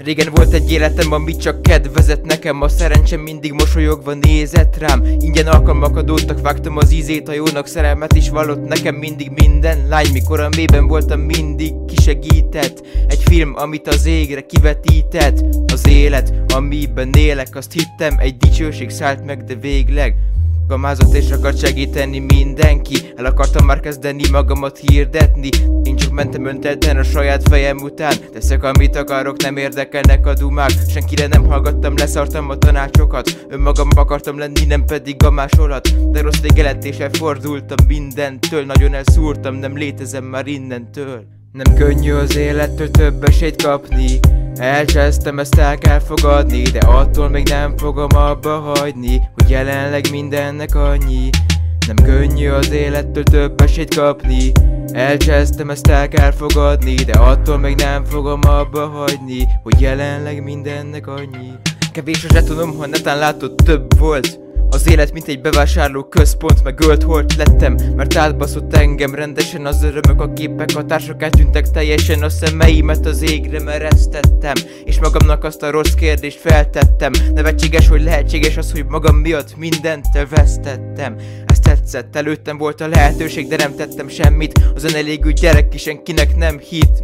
Régen volt egy életem, amit csak kedvezett nekem. A szerencsém mindig mosolyogva nézett rám. Ingyen alkalmak adódtak, vágtam az ízét a jónak. Szerelmet is vallott nekem mindig minden lány. Mikor a mélyben voltam, mindig kisegített. Egy film, amit az égre kivetített. Az élet, amiben élek, azt hittem, egy dicsőség szállt meg, de végleg gamázott és akart segíteni mindenki. El akartam már kezdeni magamat hirdetni. Én csak mentem öntelten a saját fejem után. Teszek amit akarok, nem érdekelnek a dumák. Senkire nem hallgattam, leszartam a tanácsokat. Önmagam akartam lenni, nem pedig a másolat. De rossz végelet és elfordultam mindentől. Nagyon elszúrtam, nem létezem már innentől. Nem könnyű az élettől több esélyt kapni. Elcsesztem, ezt el kell fogadni, de attól még nem fogom abba hagyni, hogy jelenleg mindennek annyi. Nem könnyű az élettől több esélyt kapni. Elcsesztem, ezt el kell fogadni, de attól még nem fogom abba hagyni, hogy jelenleg mindennek annyi. Kevés a zsetonom, ha netán látod, több volt. Az élet mint egy bevásárló központ, meg ölt holt lettem, mert átbaszott engem rendesen az örömök, a képek, a társak eltűntek teljesen, a szemeimet az égre meresztettem, és magamnak azt a rossz kérdést feltettem. Nevetséges, hogy lehetséges az, hogy magam miatt mindent elvesztettem. Ez tetszett, előttem volt a lehetőség, de nem tettem semmit. Az önelégű gyerek ki senkinek nem hit.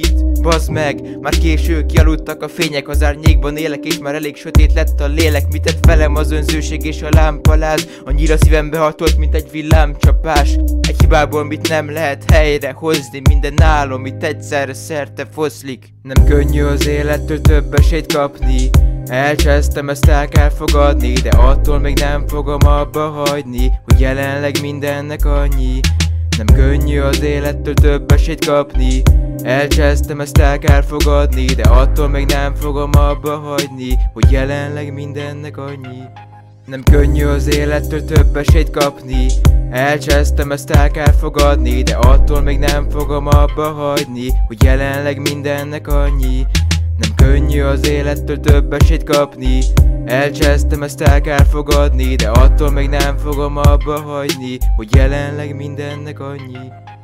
Bazd meg, már késő, kialudtak a fények, az árnyékban élek, és már elég sötét lett a lélek. Mit tett velem az önzőség és a lámpaláz? Annyira szívembe hatolt, mint egy villámcsapás. Egy hibából mit nem lehet helyrehozni, minden álom itt egyszerre szerte foszlik. Nem könnyű az élettől több esélyt kapni. Elcsesztem, ezt el kell fogadni, de attól még nem fogom abba hagyni, hogy jelenleg mindennek annyi. Nem könnyű az élettől több esélyt kapni. Elcsesztem, ezt el kell fogadni, de attól még nem fogom abba hagyni, hogy jelenleg mindennek annyi. Nem könnyű az élettől több esélyt kapni. Elcsesztem, ezt el kell fogadni, de attól még nem fogom abba hagyni, hogy jelenleg mindennek annyi. Nem könnyű az élettől több esélyt kapni. Elcsesztem, ezt el kell fogadni, de attól még nem fogom abba hagyni, hogy jelenleg mindennek annyi.